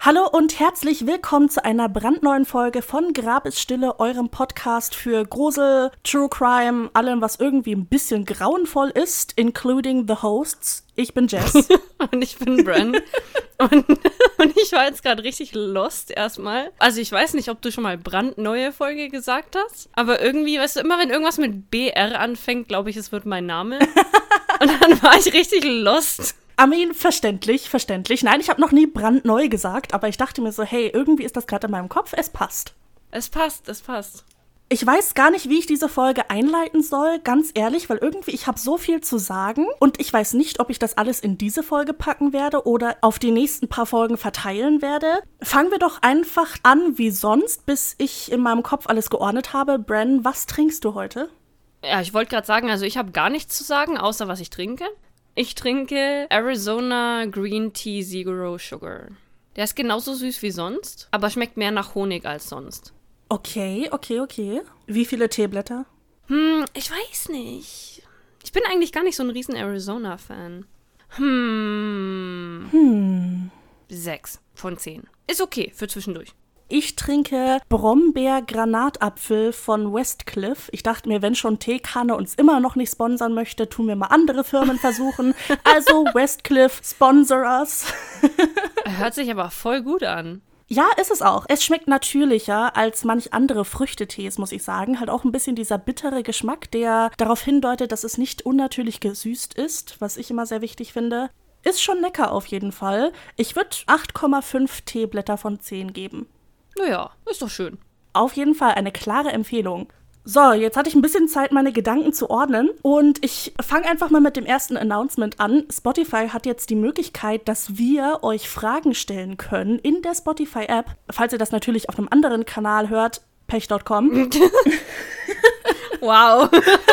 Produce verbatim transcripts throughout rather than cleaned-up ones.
Hallo und herzlich willkommen zu einer brandneuen Folge von Grabesstille, eurem Podcast für Grusel, True Crime, allem, was irgendwie ein bisschen grauenvoll ist, including the hosts. Ich bin Jess. Und ich bin Bren. und, und ich war jetzt gerade richtig lost erstmal. Also ich weiß nicht, ob du schon mal brandneue Folge gesagt hast, aber irgendwie, weißt du, immer wenn irgendwas mit B R anfängt, glaube ich, es wird mein Name. Und dann war ich richtig lost. I mean, verständlich, verständlich. Nein, ich habe noch nie brandneu gesagt, aber ich dachte mir so, hey, irgendwie ist das gerade in meinem Kopf, es passt. Es passt, es passt. Ich weiß gar nicht, wie ich diese Folge einleiten soll, ganz ehrlich, weil irgendwie ich habe so viel zu sagen und ich weiß nicht, ob ich das alles in diese Folge packen werde oder auf die nächsten paar Folgen verteilen werde. Fangen wir doch einfach an wie sonst, bis ich in meinem Kopf alles geordnet habe. Bren, was trinkst du heute? Ja, ich wollte gerade sagen, also ich habe gar nichts zu sagen, außer was ich trinke. Ich trinke Arizona Green Tea Zero Sugar. Der ist genauso süß wie sonst, aber schmeckt mehr nach Honig als sonst. Okay, okay, okay. Wie viele Teeblätter? Hm, ich weiß nicht. Ich bin eigentlich gar nicht so ein riesen Arizona-Fan. Hm. Hm. Sechs von zehn. Ist okay für zwischendurch. Ich trinke Brombeer-Granatapfel von Westcliff. Ich dachte mir, wenn schon Teekanne uns immer noch nicht sponsern möchte, tun wir mal andere Firmen versuchen. Also Westcliff, sponsor us. Hört sich aber voll gut an. Ja, ist es auch. Es schmeckt natürlicher als manch andere Früchtetees, muss ich sagen. Halt auch ein bisschen dieser bittere Geschmack, der darauf hindeutet, dass es nicht unnatürlich gesüßt ist, was ich immer sehr wichtig finde. Ist schon lecker auf jeden Fall. Ich würde acht Komma fünf Teeblätter von zehn geben. Naja, ist doch schön. Auf jeden Fall eine klare Empfehlung. So, jetzt hatte ich ein bisschen Zeit, meine Gedanken zu ordnen und ich fange einfach mal mit dem ersten Announcement an. Spotify hat jetzt die Möglichkeit, dass wir euch Fragen stellen können in der Spotify-App. Falls ihr das natürlich auf einem anderen Kanal hört, pech Punkt com. Wow.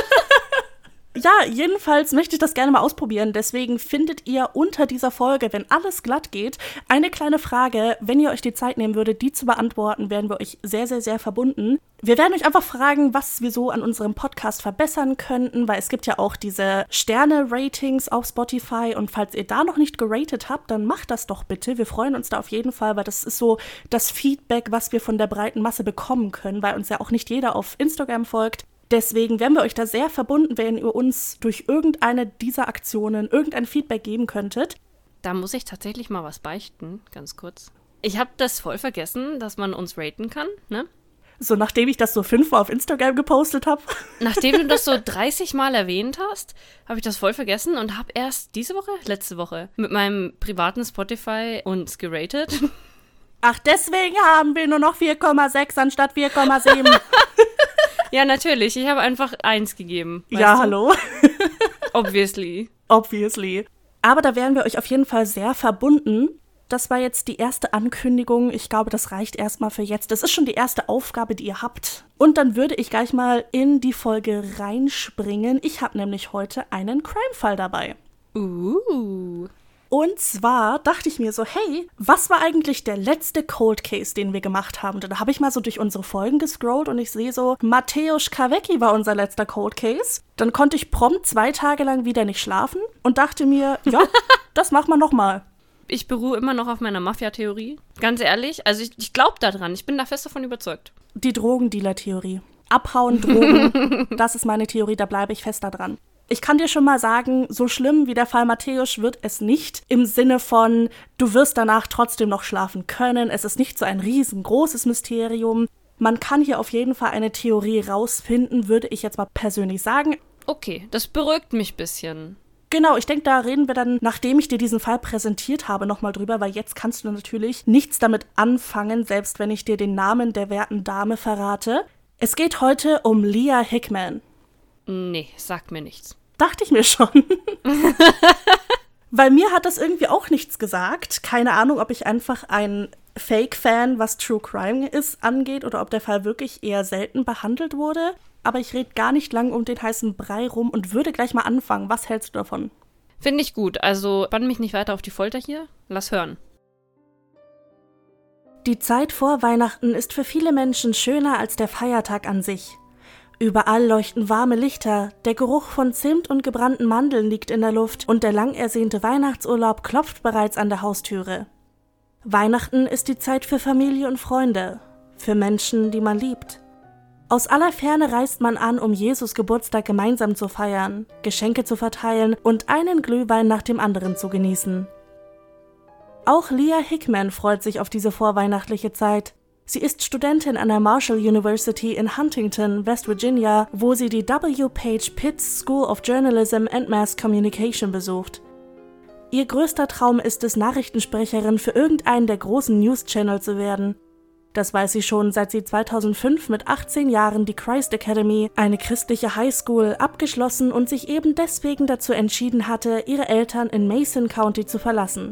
Ja, jedenfalls möchte ich das gerne mal ausprobieren. Deswegen findet ihr unter dieser Folge, wenn alles glatt geht, eine kleine Frage. Wenn ihr euch die Zeit nehmen würdet, die zu beantworten, wären wir euch sehr, sehr, sehr verbunden. Wir werden euch einfach fragen, was wir so an unserem Podcast verbessern könnten, weil es gibt ja auch diese Sterne-Ratings auf Spotify. Und falls ihr da noch nicht geratet habt, dann macht das doch bitte. Wir freuen uns da auf jeden Fall, weil das ist so das Feedback, was wir von der breiten Masse bekommen können, weil uns ja auch nicht jeder auf Instagram folgt. Deswegen wären wir euch da sehr verbunden, wenn ihr uns durch irgendeine dieser Aktionen irgendein Feedback geben könntet. Da muss ich tatsächlich mal was beichten, ganz kurz. Ich habe das voll vergessen, dass man uns raten kann, ne? So, nachdem ich das so fünfmal auf Instagram gepostet habe. Nachdem du das so dreißig Mal erwähnt hast, habe ich das voll vergessen und habe erst diese Woche, letzte Woche, mit meinem privaten Spotify uns geratet. Ach, deswegen haben wir nur noch vier Komma sechs anstatt vier Komma sieben. Ja, natürlich. Ich habe einfach eins gegeben. Ja, du? hallo. Obviously. Obviously. Aber da wären wir euch auf jeden Fall sehr verbunden. Das war jetzt die erste Ankündigung. Ich glaube, das reicht erstmal für jetzt. Das ist schon die erste Aufgabe, die ihr habt. Und dann würde ich gleich mal in die Folge reinspringen. Ich habe nämlich heute einen Crime-Fall dabei. Uh. Und zwar dachte ich mir so, hey, was war eigentlich der letzte Cold Case, den wir gemacht haben? Und da habe ich mal so durch unsere Folgen gescrollt und ich sehe so, Mateusz Kawecki war unser letzter Cold Case. Dann konnte ich prompt zwei Tage lang wieder nicht schlafen und dachte mir, ja, das machen wir nochmal. Ich beruhe immer noch auf meiner Mafia-Theorie. Ganz ehrlich, also ich, ich glaube daran, ich bin da fest davon überzeugt. Die Drogendealer-Theorie. Abhauen, Drogen, das ist meine Theorie, da bleibe ich fest da dran. Ich kann dir schon mal sagen, so schlimm wie der Fall Mateusz wird es nicht. Im Sinne von, du wirst danach trotzdem noch schlafen können. Es ist nicht so ein riesengroßes Mysterium. Man kann hier auf jeden Fall eine Theorie rausfinden, würde ich jetzt mal persönlich sagen. Okay, das beruhigt mich ein bisschen. Genau, ich denke, da reden wir dann, nachdem ich dir diesen Fall präsentiert habe, nochmal drüber, weil jetzt kannst du natürlich nichts damit anfangen, selbst wenn ich dir den Namen der werten Dame verrate. Es geht heute um Leah Hickman. Nee, sagt mir nichts. Dachte ich mir schon. Weil mir hat das irgendwie auch nichts gesagt. Keine Ahnung, ob ich einfach ein Fake-Fan, was True Crime ist, angeht oder ob der Fall wirklich eher selten behandelt wurde. Aber ich rede gar nicht lang um den heißen Brei rum und würde gleich mal anfangen. Was hältst du davon? Finde ich gut. Also spann mich nicht weiter auf die Folter hier. Lass hören. Die Zeit vor Weihnachten ist für viele Menschen schöner als der Feiertag an sich. Überall leuchten warme Lichter, der Geruch von Zimt und gebrannten Mandeln liegt in der Luft und der lang ersehnte Weihnachtsurlaub klopft bereits an der Haustüre. Weihnachten ist die Zeit für Familie und Freunde, für Menschen, die man liebt. Aus aller Ferne reist man an, um Jesus Geburtstag gemeinsam zu feiern, Geschenke zu verteilen und einen Glühwein nach dem anderen zu genießen. Auch Leah Hickman freut sich auf diese vorweihnachtliche Zeit. Sie ist Studentin an der Marshall University in Huntington, West Virginia, wo sie die W. Page Pitts School of Journalism and Mass Communication besucht. Ihr größter Traum ist es, Nachrichtensprecherin für irgendeinen der großen News-Channel zu werden. Das weiß sie schon, seit sie zweitausendfünf mit achtzehn Jahren die Christ Academy, eine christliche Highschool, abgeschlossen und sich eben deswegen dazu entschieden hatte, ihre Eltern in Mason County zu verlassen.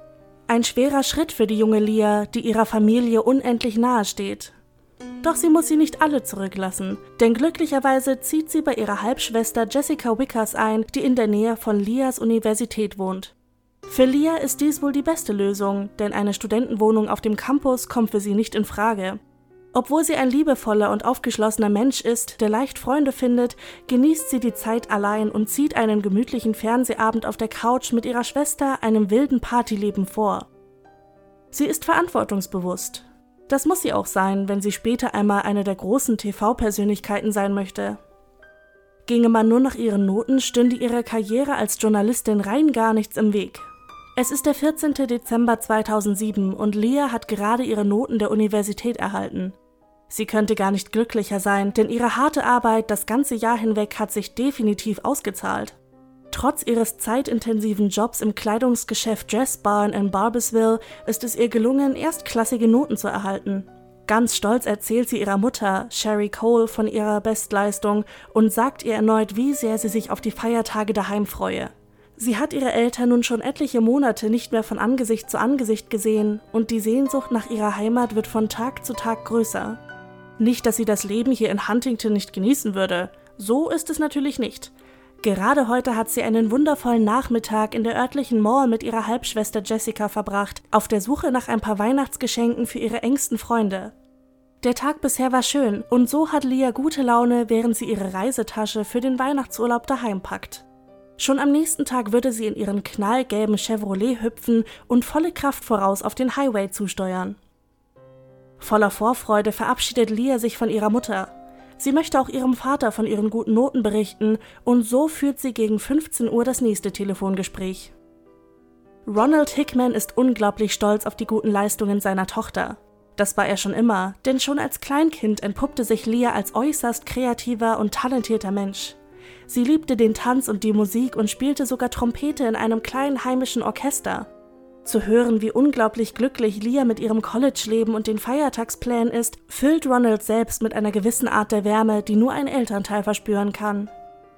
Ein schwerer Schritt für die junge Leah, die ihrer Familie unendlich nahe steht. Doch sie muss sie nicht alle zurücklassen, denn glücklicherweise zieht sie bei ihrer Halbschwester Jessica Wickers ein, die in der Nähe von Leahs Universität wohnt. Für Leah ist dies wohl die beste Lösung, denn eine Studentenwohnung auf dem Campus kommt für sie nicht in Frage. Obwohl sie ein liebevoller und aufgeschlossener Mensch ist, der leicht Freunde findet, genießt sie die Zeit allein und zieht einen gemütlichen Fernsehabend auf der Couch mit ihrer Schwester einem wilden Partyleben vor. Sie ist verantwortungsbewusst. Das muss sie auch sein, wenn sie später einmal eine der großen T V-Persönlichkeiten sein möchte. Ginge man nur nach ihren Noten, stünde ihrer Karriere als Journalistin rein gar nichts im Weg. Es ist der vierzehnte Dezember zweitausendsieben und Leah hat gerade ihre Noten der Universität erhalten. Sie könnte gar nicht glücklicher sein, denn ihre harte Arbeit das ganze Jahr hinweg hat sich definitiv ausgezahlt. Trotz ihres zeitintensiven Jobs im Kleidungsgeschäft Dress Barn in Barboursville ist es ihr gelungen, erstklassige Noten zu erhalten. Ganz stolz erzählt sie ihrer Mutter, Sherry Cole, von ihrer Bestleistung und sagt ihr erneut, wie sehr sie sich auf die Feiertage daheim freue. Sie hat ihre Eltern nun schon etliche Monate nicht mehr von Angesicht zu Angesicht gesehen und die Sehnsucht nach ihrer Heimat wird von Tag zu Tag größer. Nicht, dass sie das Leben hier in Huntington nicht genießen würde. So ist es natürlich nicht. Gerade heute hat sie einen wundervollen Nachmittag in der örtlichen Mall mit ihrer Halbschwester Jessica verbracht, auf der Suche nach ein paar Weihnachtsgeschenken für ihre engsten Freunde. Der Tag bisher war schön und so hat Leah gute Laune, während sie ihre Reisetasche für den Weihnachtsurlaub daheim packt. Schon am nächsten Tag würde sie in ihren knallgelben Chevrolet hüpfen und volle Kraft voraus auf den Highway zusteuern. Voller Vorfreude verabschiedet Leah sich von ihrer Mutter. Sie möchte auch ihrem Vater von ihren guten Noten berichten und so führt sie gegen fünfzehn Uhr das nächste Telefongespräch. Ronald Hickman ist unglaublich stolz auf die guten Leistungen seiner Tochter. Das war er schon immer, denn schon als Kleinkind entpuppte sich Leah als äußerst kreativer und talentierter Mensch. Sie liebte den Tanz und die Musik und spielte sogar Trompete in einem kleinen heimischen Orchester. Zu hören, wie unglaublich glücklich Leah mit ihrem College-Leben und den Feiertagsplänen ist, füllt Ronald selbst mit einer gewissen Art der Wärme, die nur ein Elternteil verspüren kann.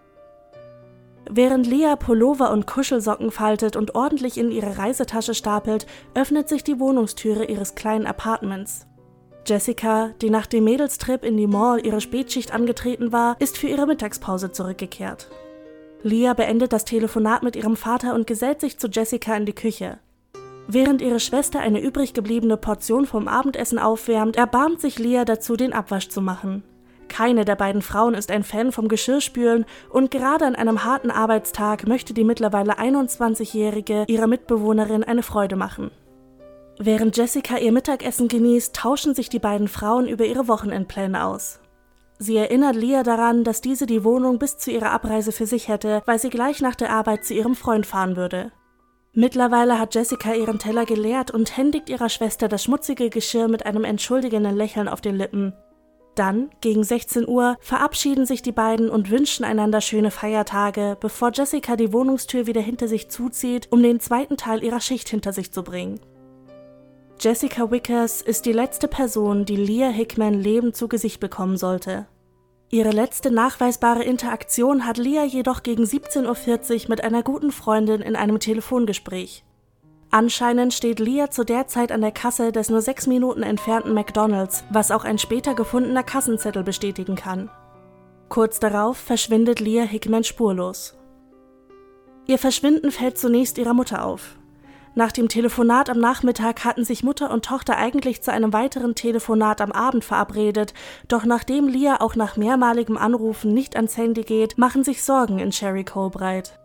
Während Leah Pullover und Kuschelsocken faltet und ordentlich in ihre Reisetasche stapelt, öffnet sich die Wohnungstüre ihres kleinen Apartments. Jessica, die nach dem Mädelstrip in die Mall ihre Spätschicht angetreten war, ist für ihre Mittagspause zurückgekehrt. Leah beendet das Telefonat mit ihrem Vater und gesellt sich zu Jessica in die Küche. Während ihre Schwester eine übrig gebliebene Portion vom Abendessen aufwärmt, erbarmt sich Leah dazu, den Abwasch zu machen. Keine der beiden Frauen ist ein Fan vom Geschirrspülen und gerade an einem harten Arbeitstag möchte die mittlerweile einundzwanzigjährige ihrer Mitbewohnerin eine Freude machen. Während Jessica ihr Mittagessen genießt, tauschen sich die beiden Frauen über ihre Wochenendpläne aus. Sie erinnert Leah daran, dass diese die Wohnung bis zu ihrer Abreise für sich hätte, weil sie gleich nach der Arbeit zu ihrem Freund fahren würde. Mittlerweile hat Jessica ihren Teller geleert und händigt ihrer Schwester das schmutzige Geschirr mit einem entschuldigenden Lächeln auf den Lippen. Dann, gegen sechzehn Uhr, verabschieden sich die beiden und wünschen einander schöne Feiertage, bevor Jessica die Wohnungstür wieder hinter sich zuzieht, um den zweiten Teil ihrer Schicht hinter sich zu bringen. Jessica Wickers ist die letzte Person, die Leah Hickman lebend zu Gesicht bekommen sollte. Ihre letzte nachweisbare Interaktion hat Leah jedoch gegen siebzehn Uhr vierzig mit einer guten Freundin in einem Telefongespräch. Anscheinend steht Leah zu der Zeit an der Kasse des nur sechs Minuten entfernten McDonald's, was auch ein später gefundener Kassenzettel bestätigen kann. Kurz darauf verschwindet Leah Hickman spurlos. Ihr Verschwinden fällt zunächst ihrer Mutter auf. Nach dem Telefonat am Nachmittag hatten sich Mutter und Tochter eigentlich zu einem weiteren Telefonat am Abend verabredet, doch nachdem Leah auch nach mehrmaligem Anrufen nicht ans Handy geht, machen sich Sorgen in Sherry Cole breit.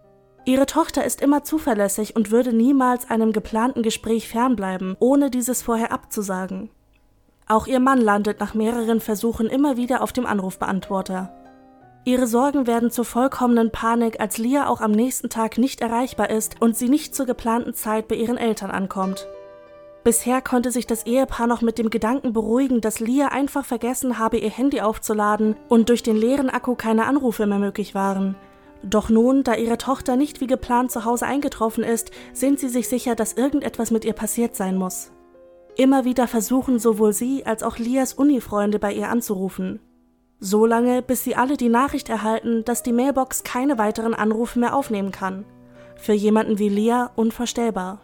Ihre Tochter ist immer zuverlässig und würde niemals einem geplanten Gespräch fernbleiben, ohne dieses vorher abzusagen. Auch ihr Mann landet nach mehreren Versuchen immer wieder auf dem Anrufbeantworter. Ihre Sorgen werden zur vollkommenen Panik, als Leah auch am nächsten Tag nicht erreichbar ist und sie nicht zur geplanten Zeit bei ihren Eltern ankommt. Bisher konnte sich das Ehepaar noch mit dem Gedanken beruhigen, dass Leah einfach vergessen habe, ihr Handy aufzuladen und durch den leeren Akku keine Anrufe mehr möglich waren. Doch nun, da ihre Tochter nicht wie geplant zu Hause eingetroffen ist, sind sie sich sicher, dass irgendetwas mit ihr passiert sein muss. Immer wieder versuchen sowohl sie als auch Leahs Uni-Freunde bei ihr anzurufen. So lange, bis sie alle die Nachricht erhalten, dass die Mailbox keine weiteren Anrufe mehr aufnehmen kann. Für jemanden wie Leah unvorstellbar.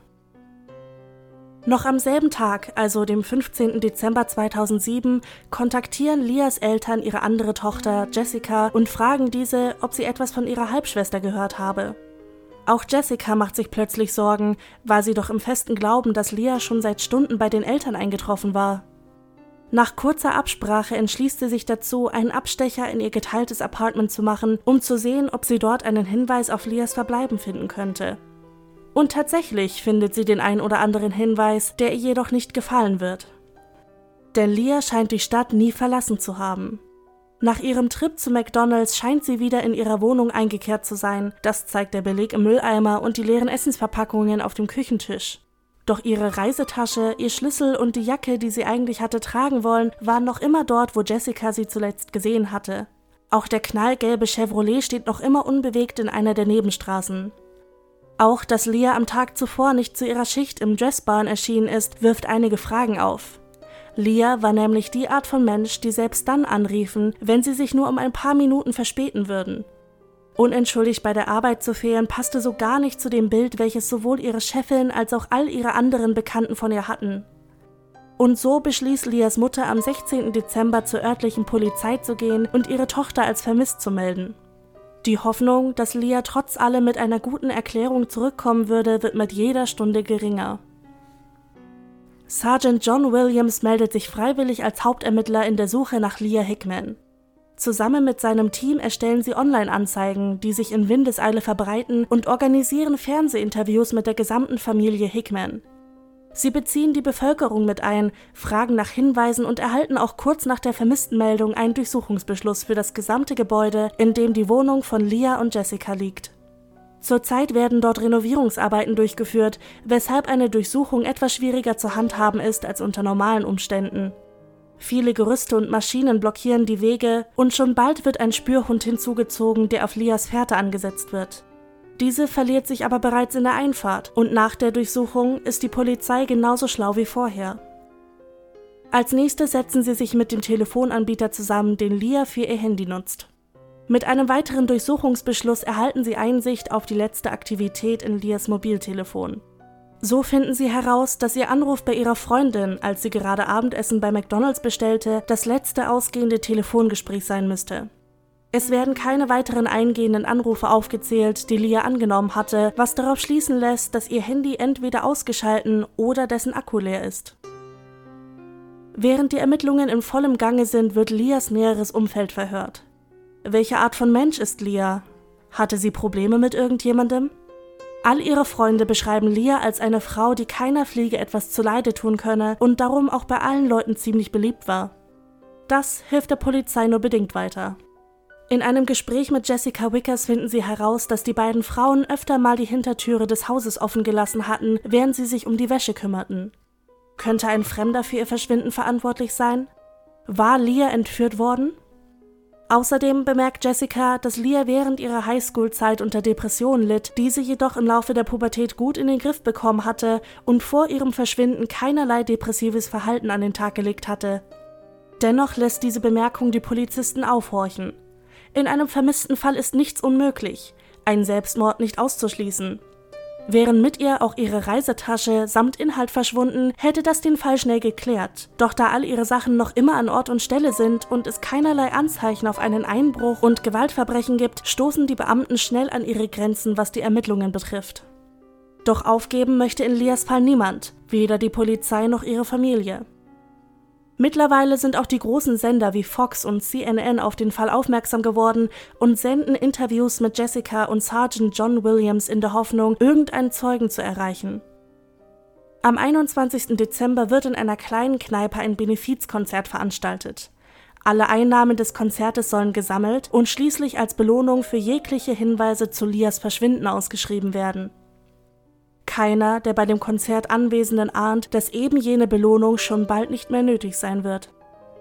Noch am selben Tag, also dem fünfzehnten Dezember zweitausendsieben, kontaktieren Leahs Eltern ihre andere Tochter, Jessica, und fragen diese, ob sie etwas von ihrer Halbschwester gehört habe. Auch Jessica macht sich plötzlich Sorgen, weil sie doch im festen Glauben, dass Leah schon seit Stunden bei den Eltern eingetroffen war. Nach kurzer Absprache entschließt sie sich dazu, einen Abstecher in ihr geteiltes Apartment zu machen, um zu sehen, ob sie dort einen Hinweis auf Leahs Verbleiben finden könnte. Und tatsächlich findet sie den ein oder anderen Hinweis, der ihr jedoch nicht gefallen wird. Denn Leah scheint die Stadt nie verlassen zu haben. Nach ihrem Trip zu McDonald's scheint sie wieder in ihrer Wohnung eingekehrt zu sein, das zeigt der Beleg im Mülleimer und die leeren Essensverpackungen auf dem Küchentisch. Doch ihre Reisetasche, ihr Schlüssel und die Jacke, die sie eigentlich hatte tragen wollen, waren noch immer dort, wo Jessica sie zuletzt gesehen hatte. Auch der knallgelbe Chevrolet steht noch immer unbewegt in einer der Nebenstraßen. Auch, dass Leah am Tag zuvor nicht zu ihrer Schicht im Dressbarn erschienen ist, wirft einige Fragen auf. Leah war nämlich die Art von Mensch, die selbst dann anriefen, wenn sie sich nur um ein paar Minuten verspäten würden. Unentschuldigt bei der Arbeit zu fehlen, passte so gar nicht zu dem Bild, welches sowohl ihre Chefin als auch all ihre anderen Bekannten von ihr hatten. Und so beschließt Leahs Mutter am sechzehnten Dezember zur örtlichen Polizei zu gehen und ihre Tochter als vermisst zu melden. Die Hoffnung, dass Leah trotz allem mit einer guten Erklärung zurückkommen würde, wird mit jeder Stunde geringer. Sergeant John Williams meldet sich freiwillig als Hauptermittler in der Suche nach Leah Hickman. Zusammen mit seinem Team erstellen sie Online-Anzeigen, die sich in Windeseile verbreiten, und organisieren Fernsehinterviews mit der gesamten Familie Hickman. Sie beziehen die Bevölkerung mit ein, fragen nach Hinweisen und erhalten auch kurz nach der Vermisstenmeldung einen Durchsuchungsbeschluss für das gesamte Gebäude, in dem die Wohnung von Leah und Jessica liegt. Zurzeit werden dort Renovierungsarbeiten durchgeführt, weshalb eine Durchsuchung etwas schwieriger zu handhaben ist als unter normalen Umständen. Viele Gerüste und Maschinen blockieren die Wege und schon bald wird ein Spürhund hinzugezogen, der auf Leahs Fährte angesetzt wird. Diese verliert sich aber bereits in der Einfahrt und nach der Durchsuchung ist die Polizei genauso schlau wie vorher. Als nächstes setzen sie sich mit dem Telefonanbieter zusammen, den Leah für ihr Handy nutzt. Mit einem weiteren Durchsuchungsbeschluss erhalten sie Einsicht auf die letzte Aktivität in Leahs Mobiltelefon. So finden sie heraus, dass ihr Anruf bei ihrer Freundin, als sie gerade Abendessen bei McDonald's bestellte, das letzte ausgehende Telefongespräch sein müsste. Es werden keine weiteren eingehenden Anrufe aufgezählt, die Leah angenommen hatte, was darauf schließen lässt, dass ihr Handy entweder ausgeschalten oder dessen Akku leer ist. Während die Ermittlungen in vollem Gange sind, wird Leahs näheres Umfeld verhört. Welche Art von Mensch ist Leah? Hatte sie Probleme mit irgendjemandem? All ihre Freunde beschreiben Leah als eine Frau, die keiner Fliege etwas zuleide tun könne und darum auch bei allen Leuten ziemlich beliebt war. Das hilft der Polizei nur bedingt weiter. In einem Gespräch mit Jessica Wickers finden sie heraus, dass die beiden Frauen öfter mal die Hintertüre des Hauses offen gelassen hatten, während sie sich um die Wäsche kümmerten. Könnte ein Fremder für ihr Verschwinden verantwortlich sein? War Leah entführt worden? Außerdem bemerkt Jessica, dass Leah während ihrer Highschool-Zeit unter Depressionen litt, diese jedoch im Laufe der Pubertät gut in den Griff bekommen hatte und vor ihrem Verschwinden keinerlei depressives Verhalten an den Tag gelegt hatte. Dennoch lässt diese Bemerkung die Polizisten aufhorchen. In einem vermissten Fall ist nichts unmöglich, ein Selbstmord nicht auszuschließen. Wären mit ihr auch ihre Reisetasche samt Inhalt verschwunden, hätte das den Fall schnell geklärt. Doch da all ihre Sachen noch immer an Ort und Stelle sind und es keinerlei Anzeichen auf einen Einbruch und Gewaltverbrechen gibt, stoßen die Beamten schnell an ihre Grenzen, was die Ermittlungen betrifft. Doch aufgeben möchte in Leahs Fall niemand, weder die Polizei noch ihre Familie. Mittlerweile sind auch die großen Sender wie Fox und C N N auf den Fall aufmerksam geworden und senden Interviews mit Jessica und Sergeant John Williams in der Hoffnung, irgendeinen Zeugen zu erreichen. Am einundzwanzigsten Dezember wird in einer kleinen Kneipe ein Benefizkonzert veranstaltet. Alle Einnahmen des Konzertes sollen gesammelt und schließlich als Belohnung für jegliche Hinweise zu Leahs Verschwinden ausgeschrieben werden. Keiner der bei dem Konzert Anwesenden ahnt, dass eben jene Belohnung schon bald nicht mehr nötig sein wird.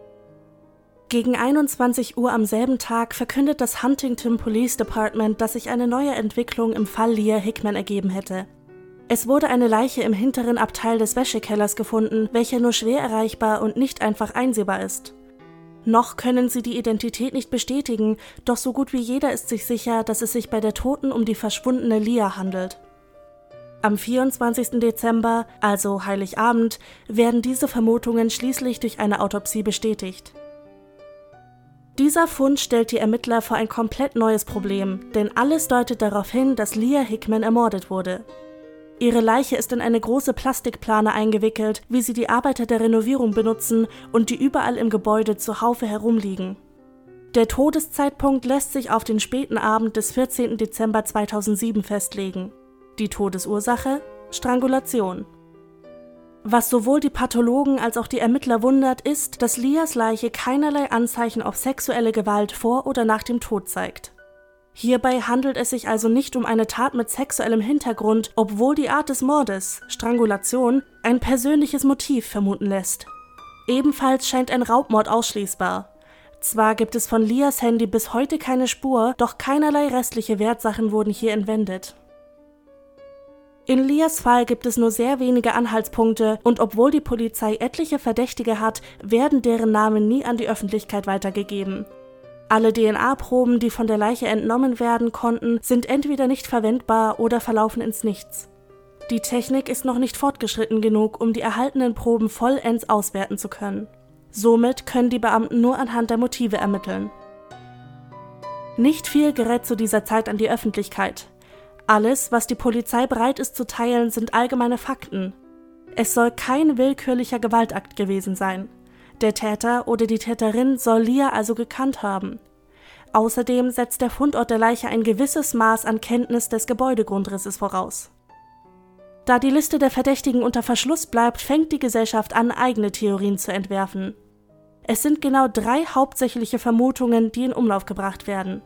Gegen einundzwanzig Uhr am selben Tag verkündet das Huntington Police Department, dass sich eine neue Entwicklung im Fall Leah Hickman ergeben hätte. Es wurde eine Leiche im hinteren Abteil des Wäschekellers gefunden, welcher nur schwer erreichbar und nicht einfach einsehbar ist. Noch können sie die Identität nicht bestätigen, doch so gut wie jeder ist sich sicher, dass es sich bei der Toten um die verschwundene Leah handelt. Am vierundzwanzigsten Dezember, also Heiligabend, werden diese Vermutungen schließlich durch eine Autopsie bestätigt. Dieser Fund stellt die Ermittler vor ein komplett neues Problem, denn alles deutet darauf hin, dass Leah Hickman ermordet wurde. Ihre Leiche ist in eine große Plastikplane eingewickelt, wie sie die Arbeiter der Renovierung benutzen und die überall im Gebäude zuhaufe herumliegen. Der Todeszeitpunkt lässt sich auf den späten Abend des vierzehnten Dezember zweitausendsieben festlegen. Die Todesursache? Strangulation. Was sowohl die Pathologen als auch die Ermittler wundert, ist, dass Leahs Leiche keinerlei Anzeichen auf sexuelle Gewalt vor oder nach dem Tod zeigt. Hierbei handelt es sich also nicht um eine Tat mit sexuellem Hintergrund, obwohl die Art des Mordes, Strangulation, ein persönliches Motiv vermuten lässt. Ebenfalls scheint ein Raubmord ausschließbar. Zwar gibt es von Leahs Handy bis heute keine Spur, doch keinerlei restliche Wertsachen wurden hier entwendet. In Leahs Fall gibt es nur sehr wenige Anhaltspunkte und obwohl die Polizei etliche Verdächtige hat, werden deren Namen nie an die Öffentlichkeit weitergegeben. Alle D N A-Proben, die von der Leiche entnommen werden konnten, sind entweder nicht verwendbar oder verlaufen ins Nichts. Die Technik ist noch nicht fortgeschritten genug, um die erhaltenen Proben vollends auswerten zu können. Somit können die Beamten nur anhand der Motive ermitteln. Nicht viel gerät zu dieser Zeit an die Öffentlichkeit. Alles, was die Polizei bereit ist zu teilen, sind allgemeine Fakten. Es soll kein willkürlicher Gewaltakt gewesen sein. Der Täter oder die Täterin soll Leah also gekannt haben. Außerdem setzt der Fundort der Leiche ein gewisses Maß an Kenntnis des Gebäudegrundrisses voraus. Da die Liste der Verdächtigen unter Verschluss bleibt, fängt die Gesellschaft an, eigene Theorien zu entwerfen. Es sind genau drei hauptsächliche Vermutungen, die in Umlauf gebracht werden.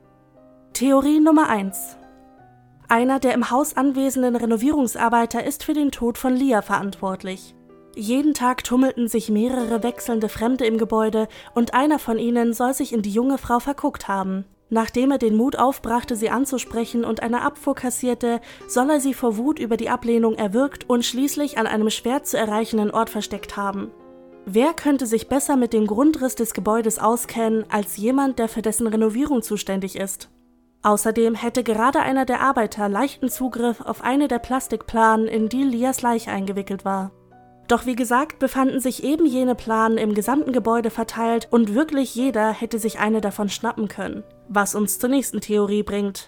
Theorie Nummer eins. Einer der im Haus anwesenden Renovierungsarbeiter ist für den Tod von Leah verantwortlich. Jeden Tag tummelten sich mehrere wechselnde Fremde im Gebäude und einer von ihnen soll sich in die junge Frau verguckt haben. Nachdem er den Mut aufbrachte, sie anzusprechen und eine Abfuhr kassierte, soll er sie vor Wut über die Ablehnung erwürgt und schließlich an einem schwer zu erreichenden Ort versteckt haben. Wer könnte sich besser mit dem Grundriss des Gebäudes auskennen, als jemand, der für dessen Renovierung zuständig ist? Außerdem hätte gerade einer der Arbeiter leichten Zugriff auf eine der Plastikplanen, in die Leahs Leiche eingewickelt war. Doch wie gesagt, befanden sich eben jene Planen im gesamten Gebäude verteilt und wirklich jeder hätte sich eine davon schnappen können. Was uns zur nächsten Theorie bringt.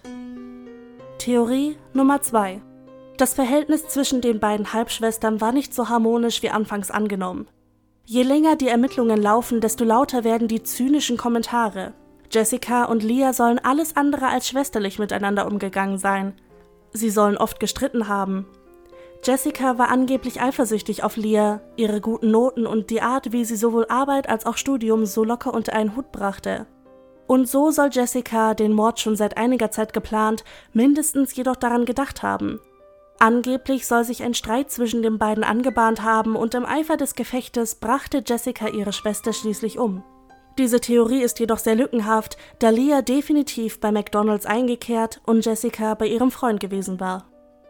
Theorie Nummer zwei. Das Verhältnis zwischen den beiden Halbschwestern war nicht so harmonisch wie anfangs angenommen. Je länger die Ermittlungen laufen, desto lauter werden die zynischen Kommentare. Jessica und Leah sollen alles andere als schwesterlich miteinander umgegangen sein. Sie sollen oft gestritten haben. Jessica war angeblich eifersüchtig auf Leah, ihre guten Noten und die Art, wie sie sowohl Arbeit als auch Studium so locker unter einen Hut brachte. Und so soll Jessica, den Mord schon seit einiger Zeit geplant, mindestens jedoch daran gedacht haben. Angeblich soll sich ein Streit zwischen den beiden angebahnt haben und im Eifer des Gefechtes brachte Jessica ihre Schwester schließlich um. Diese Theorie ist jedoch sehr lückenhaft, da Leah definitiv bei McDonald's eingekehrt und Jessica bei ihrem Freund gewesen war.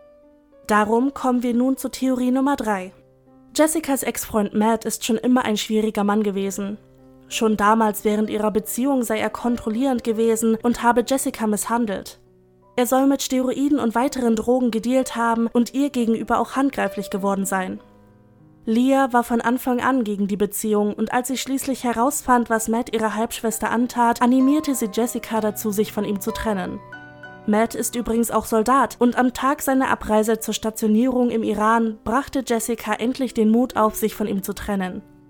Darum kommen wir nun zur Theorie Nummer drei. Jessicas Ex-Freund Matt ist schon immer ein schwieriger Mann gewesen. Schon damals während ihrer Beziehung sei er kontrollierend gewesen und habe Jessica misshandelt. Er soll mit Steroiden und weiteren Drogen gedealt haben und ihr gegenüber auch handgreiflich geworden sein. Leah war von Anfang an gegen die Beziehung und als sie schließlich herausfand, was Matt ihrer Halbschwester antat, animierte sie Jessica dazu, sich von ihm zu trennen. Matt ist übrigens auch Soldat und am Tag seiner Abreise zur Stationierung im Iran brachte Jessica endlich den Mut auf, sich von ihm zu trennen.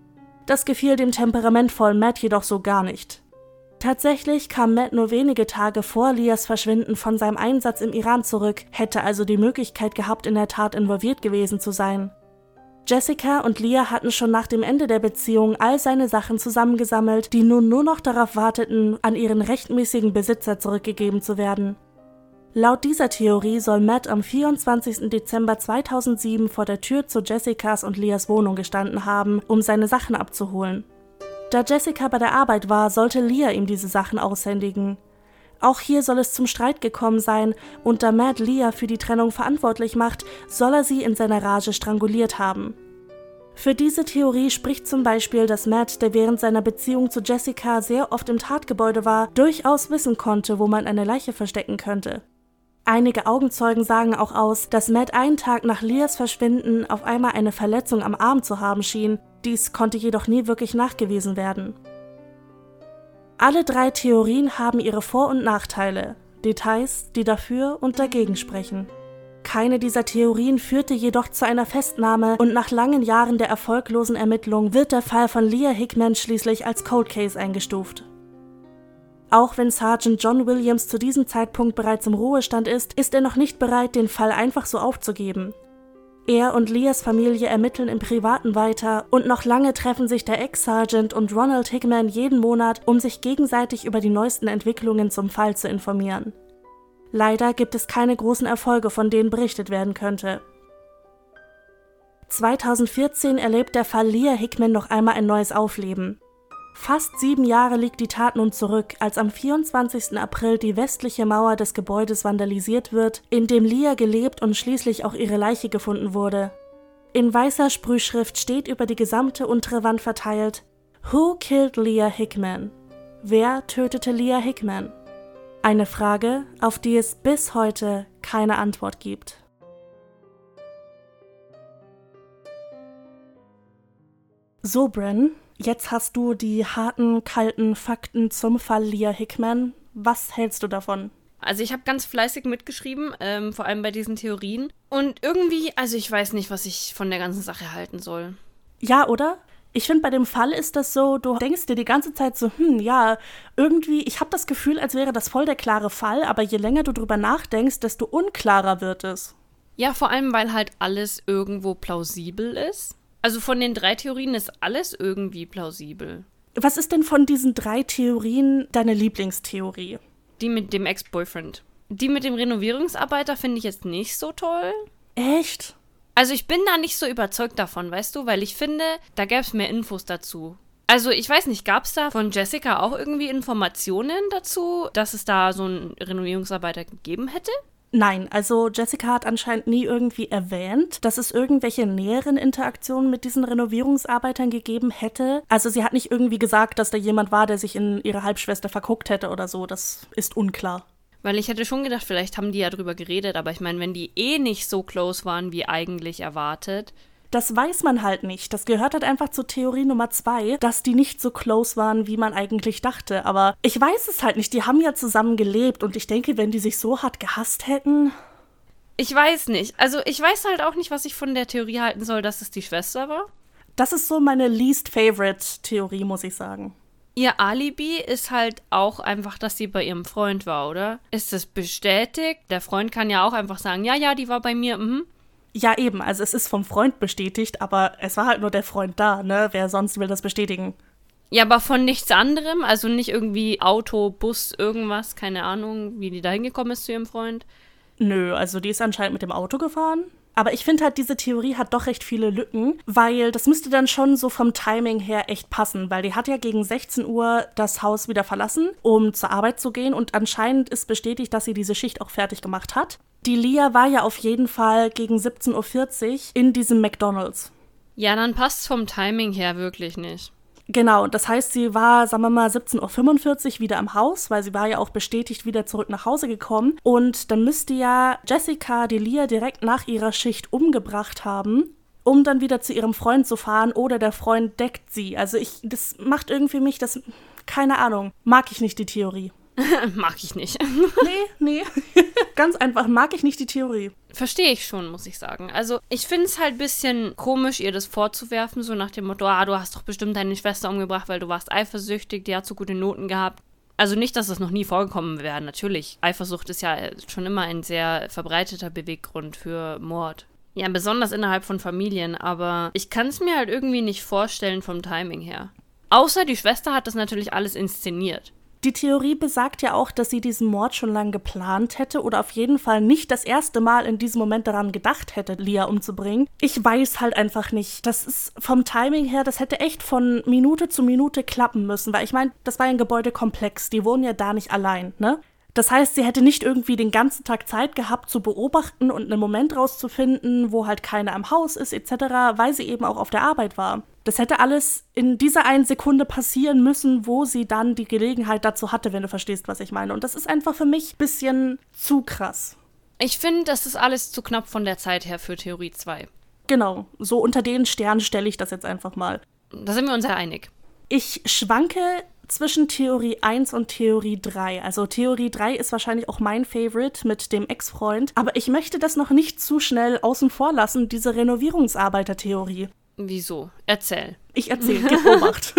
Das gefiel dem temperamentvollen Matt jedoch so gar nicht. Tatsächlich kam Matt nur wenige Tage vor Leahs Verschwinden von seinem Einsatz im Iran zurück, hätte also die Möglichkeit gehabt, in der Tat involviert gewesen zu sein. Jessica und Leah hatten schon nach dem Ende der Beziehung all seine Sachen zusammengesammelt, die nun nur noch darauf warteten, an ihren rechtmäßigen Besitzer zurückgegeben zu werden. Laut dieser Theorie soll Matt am vierundzwanzigsten Dezember zweitausendsieben vor der Tür zu Jessicas und Leahs Wohnung gestanden haben, um seine Sachen abzuholen. Da Jessica bei der Arbeit war, sollte Leah ihm diese Sachen aushändigen. Auch hier soll es zum Streit gekommen sein, und da Matt Leah für die Trennung verantwortlich macht, soll er sie in seiner Rage stranguliert haben. Für diese Theorie spricht zum Beispiel, dass Matt, der während seiner Beziehung zu Jessica sehr oft im Tatgebäude war, durchaus wissen konnte, wo man eine Leiche verstecken könnte. Einige Augenzeugen sagen auch aus, dass Matt einen Tag nach Leahs Verschwinden auf einmal eine Verletzung am Arm zu haben schien, dies konnte jedoch nie wirklich nachgewiesen werden. Alle drei Theorien haben ihre Vor- und Nachteile, Details, die dafür und dagegen sprechen. Keine dieser Theorien führte jedoch zu einer Festnahme und nach langen Jahren der erfolglosen Ermittlung wird der Fall von Leah Hickman schließlich als Cold Case eingestuft. Auch wenn Sergeant John Williams zu diesem Zeitpunkt bereits im Ruhestand ist, ist er noch nicht bereit, den Fall einfach so aufzugeben. Er und Leahs Familie ermitteln im Privaten weiter und noch lange treffen sich der Ex-Sergeant und Ronald Hickman jeden Monat, um sich gegenseitig über die neuesten Entwicklungen zum Fall zu informieren. Leider gibt es keine großen Erfolge, von denen berichtet werden könnte. zweitausendvierzehn erlebt der Fall Leah Hickman noch einmal ein neues Aufleben. Fast sieben Jahre liegt die Tat nun zurück, als am vierundzwanzigsten April die westliche Mauer des Gebäudes vandalisiert wird, in dem Leah gelebt und schließlich auch ihre Leiche gefunden wurde. In weißer Sprühschrift steht über die gesamte untere Wand verteilt: Who killed Leah Hickman? Wer tötete Leah Hickman? Eine Frage, auf die es bis heute keine Antwort gibt. So, Bren, jetzt hast du die harten, kalten Fakten zum Fall Leah Hickman. Was hältst du davon? Also ich habe ganz fleißig mitgeschrieben, ähm, vor allem bei diesen Theorien. Und irgendwie, also ich weiß nicht, was ich von der ganzen Sache halten soll. Ja, oder? Ich finde, bei dem Fall ist das so, du denkst dir die ganze Zeit so, hm, ja, irgendwie, ich habe das Gefühl, als wäre das voll der klare Fall, aber je länger du drüber nachdenkst, desto unklarer wird es. Ja, vor allem, weil halt alles irgendwo plausibel ist. Also von den drei Theorien ist alles irgendwie plausibel. Was ist denn von diesen drei Theorien deine Lieblingstheorie? Die mit dem Ex-Boyfriend. Die mit dem Renovierungsarbeiter finde ich jetzt nicht so toll. Echt? Also ich bin da nicht so überzeugt davon, weißt du, weil ich finde, da gäbe es mehr Infos dazu. Also ich weiß nicht, gab es da von Jessica auch irgendwie Informationen dazu, dass es da so einen Renovierungsarbeiter gegeben hätte? Nein, also Jessica hat anscheinend nie irgendwie erwähnt, dass es irgendwelche näheren Interaktionen mit diesen Renovierungsarbeitern gegeben hätte. Also sie hat nicht irgendwie gesagt, dass da jemand war, der sich in ihre Halbschwester verguckt hätte oder so. Das ist unklar. Weil ich hätte schon gedacht, vielleicht haben die ja drüber geredet, aber ich meine, wenn die eh nicht so close waren, wie eigentlich erwartet. Das weiß man halt nicht. Das gehört halt einfach zur Theorie Nummer zwei, dass die nicht so close waren, wie man eigentlich dachte. Aber ich weiß es halt nicht. Die haben ja zusammen gelebt und ich denke, wenn die sich so hart gehasst hätten... Ich weiß nicht. Also ich weiß halt auch nicht, was ich von der Theorie halten soll, dass es die Schwester war. Das ist so meine least favorite Theorie, muss ich sagen. Ihr Alibi ist halt auch einfach, dass sie bei ihrem Freund war, oder? Ist das bestätigt? Der Freund kann ja auch einfach sagen, ja, ja, die war bei mir, mhm. Ja, eben, also es ist vom Freund bestätigt, aber es war halt nur der Freund da, ne? Wer sonst will das bestätigen? Ja, aber von nichts anderem, also nicht irgendwie Auto, Bus, irgendwas, keine Ahnung, wie die da hingekommen ist zu ihrem Freund. Nö, also die ist anscheinend mit dem Auto gefahren. Aber ich finde halt, diese Theorie hat doch recht viele Lücken, weil das müsste dann schon so vom Timing her echt passen, weil die hat ja gegen sechzehn Uhr das Haus wieder verlassen, um zur Arbeit zu gehen und anscheinend ist bestätigt, dass sie diese Schicht auch fertig gemacht hat. Die Leah war ja auf jeden Fall gegen siebzehn Uhr vierzig in diesem McDonald's. Ja, dann passt's vom Timing her wirklich nicht. Genau, das heißt, sie war, sagen wir mal, siebzehn Uhr fünfundvierzig wieder im Haus, weil sie war ja auch bestätigt wieder zurück nach Hause gekommen. Und dann müsste ja Jessica die Leah direkt nach ihrer Schicht umgebracht haben, um dann wieder zu ihrem Freund zu fahren oder der Freund deckt sie. Also ich, das macht irgendwie mich, das, keine Ahnung, mag ich nicht die Theorie. Mag ich nicht. Nee, nee. Ganz einfach, mag ich nicht die Theorie. Verstehe ich schon, muss ich sagen. Also, ich finde es halt ein bisschen komisch, ihr das vorzuwerfen, so nach dem Motto, ah, du hast doch bestimmt deine Schwester umgebracht, weil du warst eifersüchtig, die hat so gute Noten gehabt. Also nicht, dass das noch nie vorgekommen wäre, natürlich. Eifersucht ist ja schon immer ein sehr verbreiteter Beweggrund für Mord. Ja, besonders innerhalb von Familien, aber ich kann es mir halt irgendwie nicht vorstellen vom Timing her. Außer die Schwester hat das natürlich alles inszeniert. Die Theorie besagt ja auch, dass sie diesen Mord schon lange geplant hätte oder auf jeden Fall nicht das erste Mal in diesem Moment daran gedacht hätte, Lia umzubringen. Ich weiß halt einfach nicht. Das ist vom Timing her, das hätte echt von Minute zu Minute klappen müssen, weil ich meine, das war ein Gebäudekomplex, die wohnen ja da nicht allein, ne? Das heißt, sie hätte nicht irgendwie den ganzen Tag Zeit gehabt zu beobachten und einen Moment rauszufinden, wo halt keiner am Haus ist et cetera, weil sie eben auch auf der Arbeit war. Das hätte alles in dieser einen Sekunde passieren müssen, wo sie dann die Gelegenheit dazu hatte, wenn du verstehst, was ich meine. Und das ist einfach für mich ein bisschen zu krass. Ich finde, das ist alles zu knapp von der Zeit her für Theorie zwei. Genau, so unter den Sternen stelle ich das jetzt einfach mal. Da sind wir uns ja einig. Ich schwanke zwischen Theorie eins und Theorie drei. Also Theorie drei ist wahrscheinlich auch mein Favorite mit dem Ex-Freund. Aber ich möchte das noch nicht zu schnell außen vor lassen, diese Renovierungsarbeiter-Theorie. Wieso? Erzähl. Ich erzähle, gib Obacht.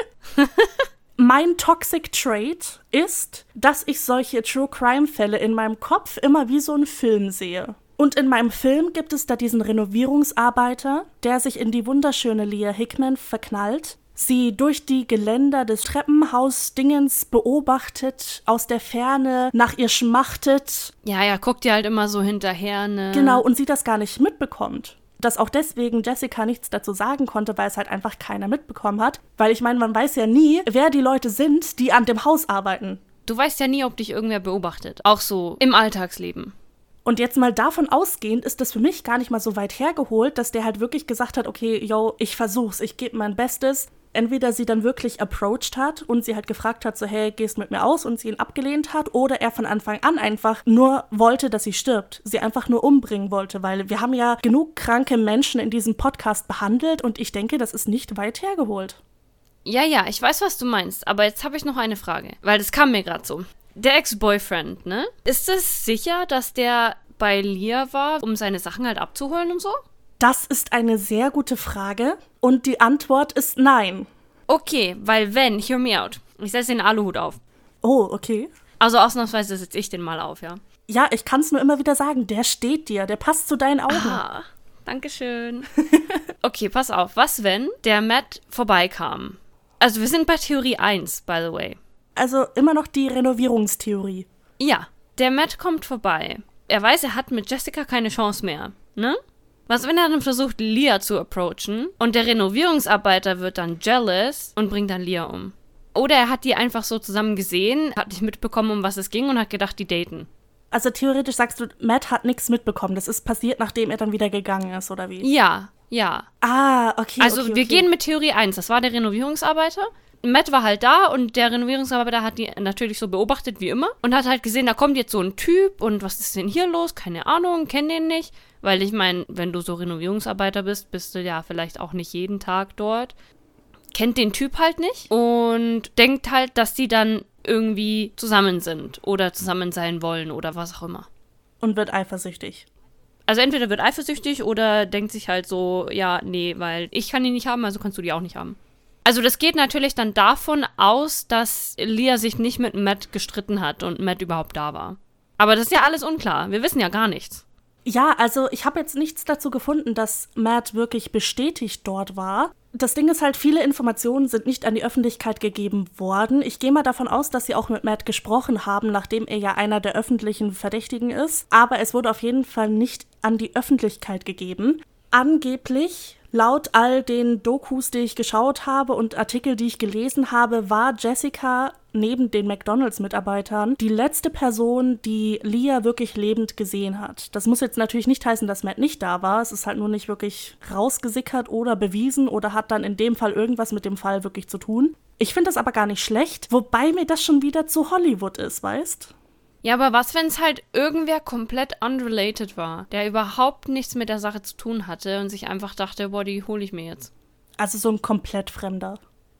Mein Toxic Trait ist, dass ich solche True-Crime-Fälle in meinem Kopf immer wie so einen Film sehe. Und in meinem Film gibt es da diesen Renovierungsarbeiter, der sich in die wunderschöne Leah Hickman verknallt, sie durch die Geländer des Treppenhaus-Dingens beobachtet, aus der Ferne nach ihr schmachtet. Ja, ja, guckt ihr halt immer so hinterher, ne? Genau, und sie das gar nicht mitbekommt. Dass auch deswegen Jessica nichts dazu sagen konnte, weil es halt einfach keiner mitbekommen hat. Weil ich meine, man weiß ja nie, wer die Leute sind, die an dem Haus arbeiten. Du weißt ja nie, ob dich irgendwer beobachtet. Auch so im Alltagsleben. Und jetzt mal davon ausgehend ist das für mich gar nicht mal so weit hergeholt, dass der halt wirklich gesagt hat, okay, yo, ich versuch's, ich gebe mein Bestes. Entweder sie dann wirklich approached hat und sie halt gefragt hat, so, hey, gehst mit mir aus und sie ihn abgelehnt hat, oder er von Anfang an einfach nur wollte, dass sie stirbt, sie einfach nur umbringen wollte, weil wir haben ja genug kranke Menschen in diesem Podcast behandelt und ich denke, das ist nicht weit hergeholt. Ja, ja, ich weiß, was du meinst, aber jetzt habe ich noch eine Frage, weil das kam mir gerade so. Der Ex-Boyfriend, ne? Ist es sicher, dass der bei Leah war, um seine Sachen halt abzuholen und so? Das ist eine sehr gute Frage und die Antwort ist nein. Okay, weil wenn, hear me out. Ich setze den Aluhut auf. Oh, okay. Also ausnahmsweise setze ich den mal auf, ja. Ja, ich kann es nur immer wieder sagen, der steht dir, der passt zu deinen Augen. Ah, dankeschön. Okay, pass auf, was wenn der Matt vorbeikam? Also wir sind bei Theorie eins, by the way. Also immer noch die Renovierungstheorie. Ja, der Matt kommt vorbei. Er weiß, er hat mit Jessica keine Chance mehr, ne? Was, wenn er dann versucht, Leah zu approachen und der Renovierungsarbeiter wird dann jealous und bringt dann Leah um? Oder er hat die einfach so zusammen gesehen, hat nicht mitbekommen, um was es ging und hat gedacht, die daten. Also theoretisch sagst du, Matt hat nichts mitbekommen. Das ist passiert, nachdem er dann wieder gegangen ist, oder wie? Ja, ja. Ah, okay, Also okay, wir okay. gehen mit Theorie eins. Das war der Renovierungsarbeiter. Matt war halt da und der Renovierungsarbeiter hat die natürlich so beobachtet wie immer und hat halt gesehen, da kommt jetzt so ein Typ und was ist denn hier los? Keine Ahnung, kenn den nicht. Weil ich meine, wenn du so Renovierungsarbeiter bist, bist du ja vielleicht auch nicht jeden Tag dort. Kennt den Typ halt nicht und denkt halt, dass die dann irgendwie zusammen sind oder zusammen sein wollen oder was auch immer. Und wird eifersüchtig. Also entweder wird eifersüchtig oder denkt sich halt so, ja, nee, weil ich kann die nicht haben, also kannst du die auch nicht haben. Also das geht natürlich dann davon aus, dass Leah sich nicht mit Matt gestritten hat und Matt überhaupt da war. Aber das ist ja alles unklar. Wir wissen ja gar nichts. Ja, also ich habe jetzt nichts dazu gefunden, dass Matt wirklich bestätigt dort war. Das Ding ist halt, viele Informationen sind nicht an die Öffentlichkeit gegeben worden. Ich gehe mal davon aus, dass sie auch mit Matt gesprochen haben, nachdem er ja einer der öffentlichen Verdächtigen ist. Aber es wurde auf jeden Fall nicht an die Öffentlichkeit gegeben. Angeblich, laut all den Dokus, die ich geschaut habe und Artikel, die ich gelesen habe, war Jessica neben den McDonald's-Mitarbeitern die letzte Person, die Leah wirklich lebend gesehen hat. Das muss jetzt natürlich nicht heißen, dass Matt nicht da war. Es ist halt nur nicht wirklich rausgesickert oder bewiesen oder hat dann in dem Fall irgendwas mit dem Fall wirklich zu tun. Ich finde das aber gar nicht schlecht, wobei mir das schon wieder zu Hollywood ist, weißt? Ja, aber was, wenn es halt irgendwer komplett unrelated war, der überhaupt nichts mit der Sache zu tun hatte und sich einfach dachte, boah, die hole ich mir jetzt. Also so ein komplett Fremder.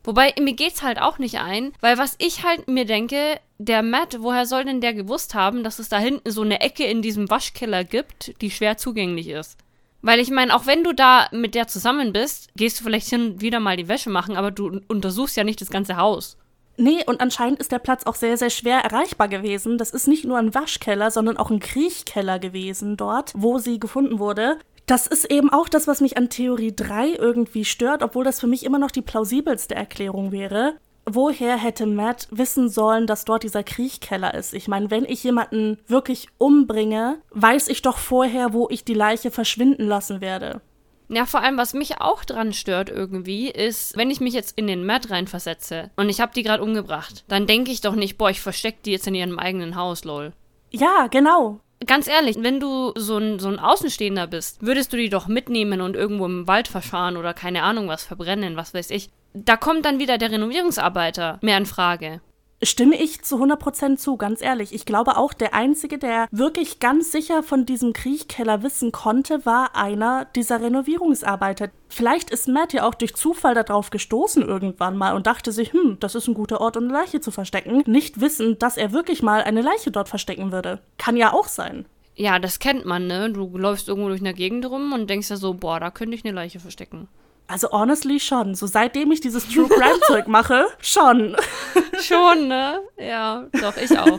Wobei, mir geht's halt auch nicht ein, weil was ich halt mir denke, der Matt, woher soll denn der gewusst haben, dass es da hinten so eine Ecke in diesem Waschkeller gibt, die schwer zugänglich ist? Weil ich meine, auch wenn du da mit der zusammen bist, gehst du vielleicht hin und wieder mal die Wäsche machen, aber du untersuchst ja nicht das ganze Haus. Nee, und anscheinend ist der Platz auch sehr, sehr schwer erreichbar gewesen. Das ist nicht nur ein Waschkeller, sondern auch ein Kriechkeller gewesen dort, wo sie gefunden wurde. Das ist eben auch das, was mich an Theorie drei irgendwie stört, obwohl das für mich immer noch die plausibelste Erklärung wäre. Woher hätte Matt wissen sollen, dass dort dieser Kriechkeller ist? Ich meine, wenn ich jemanden wirklich umbringe, weiß ich doch vorher, wo ich die Leiche verschwinden lassen werde. Ja, vor allem, was mich auch dran stört irgendwie, ist, wenn ich mich jetzt in den Matt reinversetze und ich habe die gerade umgebracht, dann denke ich doch nicht, boah, ich verstecke die jetzt in ihrem eigenen Haus, lol. Ja, genau. Ganz ehrlich, wenn du so ein, so ein Außenstehender bist, würdest du die doch mitnehmen und irgendwo im Wald verscharren oder keine Ahnung was verbrennen, was weiß ich. Da kommt dann wieder der Renovierungsarbeiter mehr in Frage. Stimme ich zu hundert Prozent zu, ganz ehrlich. Ich glaube auch, der Einzige, der wirklich ganz sicher von diesem Kriechkeller wissen konnte, war einer dieser Renovierungsarbeiter. Vielleicht ist Matt ja auch durch Zufall darauf gestoßen irgendwann mal und dachte sich, hm, das ist ein guter Ort, um eine Leiche zu verstecken. Nicht wissend, dass er wirklich mal eine Leiche dort verstecken würde. Kann ja auch sein. Ja, das kennt man, ne? Du läufst irgendwo durch eine Gegend rum und denkst ja so, boah, da könnte ich eine Leiche verstecken. Also honestly schon. So seitdem ich dieses True Crime Zeug mache, schon. Schon, ne? Ja, doch, ich auch.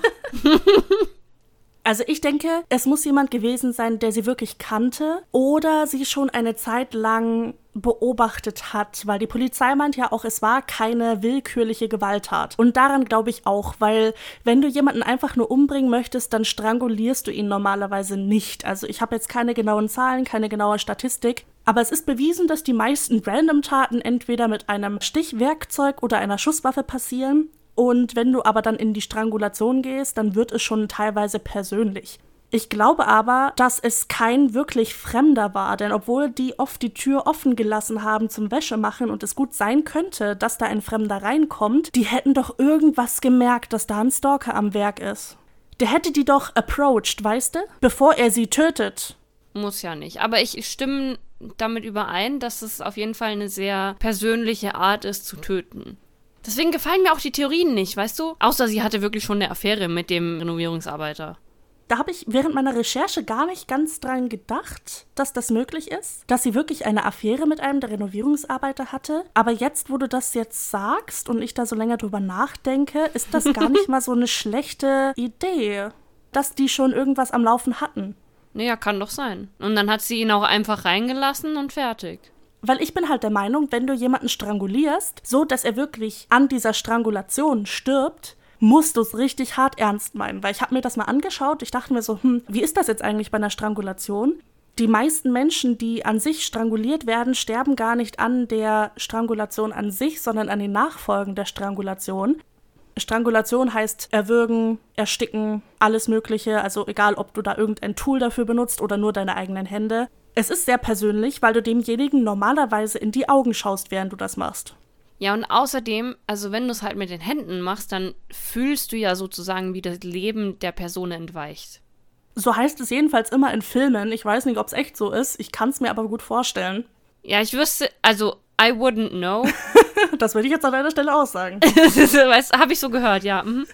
Also ich denke, es muss jemand gewesen sein, der sie wirklich kannte oder sie schon eine Zeit lang beobachtet hat, weil die Polizei meint ja auch, es war keine willkürliche Gewalttat. Und daran glaube ich auch, weil wenn du jemanden einfach nur umbringen möchtest, dann strangulierst du ihn normalerweise nicht. Also ich habe jetzt keine genauen Zahlen, keine genaue Statistik, aber es ist bewiesen, dass die meisten Random-Taten entweder mit einem Stichwerkzeug oder einer Schusswaffe passieren. Und wenn du aber dann in die Strangulation gehst, dann wird es schon teilweise persönlich. Ich glaube aber, dass es kein wirklich Fremder war, denn obwohl die oft die Tür offen gelassen haben zum Wäschemachen und es gut sein könnte, dass da ein Fremder reinkommt, die hätten doch irgendwas gemerkt, dass da ein Stalker am Werk ist. Der hätte die doch approached, weißt du, bevor er sie tötet. Muss ja nicht, aber ich stimme damit überein, dass es auf jeden Fall eine sehr persönliche Art ist, zu töten. Deswegen gefallen mir auch die Theorien nicht, weißt du? Außer sie hatte wirklich schon eine Affäre mit dem Renovierungsarbeiter. Da habe ich während meiner Recherche gar nicht ganz dran gedacht, dass das möglich ist, dass sie wirklich eine Affäre mit einem der Renovierungsarbeiter hatte. Aber jetzt, wo du das jetzt sagst und ich da so länger drüber nachdenke, ist das gar nicht mal so eine schlechte Idee, dass die schon irgendwas am Laufen hatten. Naja, kann doch sein. Und dann hat sie ihn auch einfach reingelassen und fertig. Weil ich bin halt der Meinung, wenn du jemanden strangulierst, so dass er wirklich an dieser Strangulation stirbt, musst du es richtig hart ernst meinen. Weil ich habe mir das mal angeschaut, ich dachte mir so, hm, wie ist das jetzt eigentlich bei einer Strangulation? Die meisten Menschen, die an sich stranguliert werden, sterben gar nicht an der Strangulation an sich, sondern an den Nachfolgen der Strangulation. Strangulation heißt erwürgen, ersticken, alles Mögliche, also egal, ob du da irgendein Tool dafür benutzt oder nur deine eigenen Hände. Es ist sehr persönlich, weil du demjenigen normalerweise in die Augen schaust, während du das machst. Ja, und außerdem, also wenn du es halt mit den Händen machst, dann fühlst du ja sozusagen, wie das Leben der Person entweicht. So heißt es jedenfalls immer in Filmen. Ich weiß nicht, ob es echt so ist. Ich kann es mir aber gut vorstellen. Ja, ich wüsste, also I wouldn't know. Das würde ich jetzt an deiner Stelle auch sagen. Weißt, habe ich so gehört, ja. Mhm.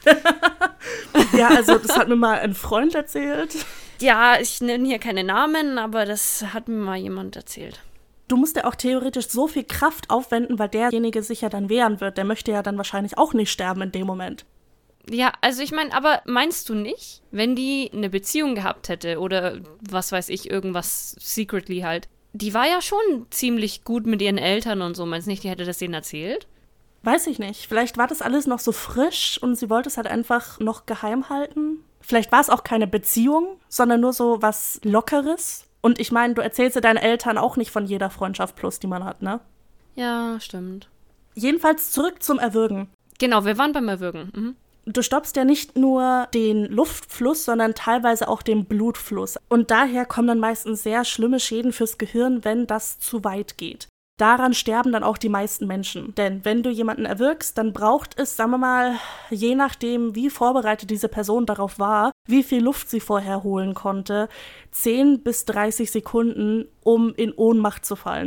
Ja, also das hat mir mal ein Freund erzählt. Ja, ich nenne hier keine Namen, aber das hat mir mal jemand erzählt. Du musst ja auch theoretisch so viel Kraft aufwenden, weil derjenige sich ja dann wehren wird. Der möchte ja dann wahrscheinlich auch nicht sterben in dem Moment. Ja, also ich meine, aber meinst du nicht, wenn die eine Beziehung gehabt hätte oder was weiß ich, irgendwas secretly halt, die war ja schon ziemlich gut mit ihren Eltern und so, meinst du nicht, die hätte das denen erzählt? Weiß ich nicht. Vielleicht war das alles noch so frisch und sie wollte es halt einfach noch geheim halten. Vielleicht war es auch keine Beziehung, sondern nur so was Lockeres. Und ich meine, du erzählst ja deinen Eltern auch nicht von jeder Freundschaft plus, die man hat, ne? Ja, stimmt. Jedenfalls zurück zum Erwürgen. Genau, wir waren beim Erwürgen. Mhm. Du stoppst ja nicht nur den Luftfluss, sondern teilweise auch den Blutfluss. Und daher kommen dann meistens sehr schlimme Schäden fürs Gehirn, wenn das zu weit geht. Daran sterben dann auch die meisten Menschen. Denn wenn du jemanden erwürgst, dann braucht es, sagen wir mal, je nachdem, wie vorbereitet diese Person darauf war, wie viel Luft sie vorher holen konnte, zehn bis dreißig Sekunden, um in Ohnmacht zu fallen.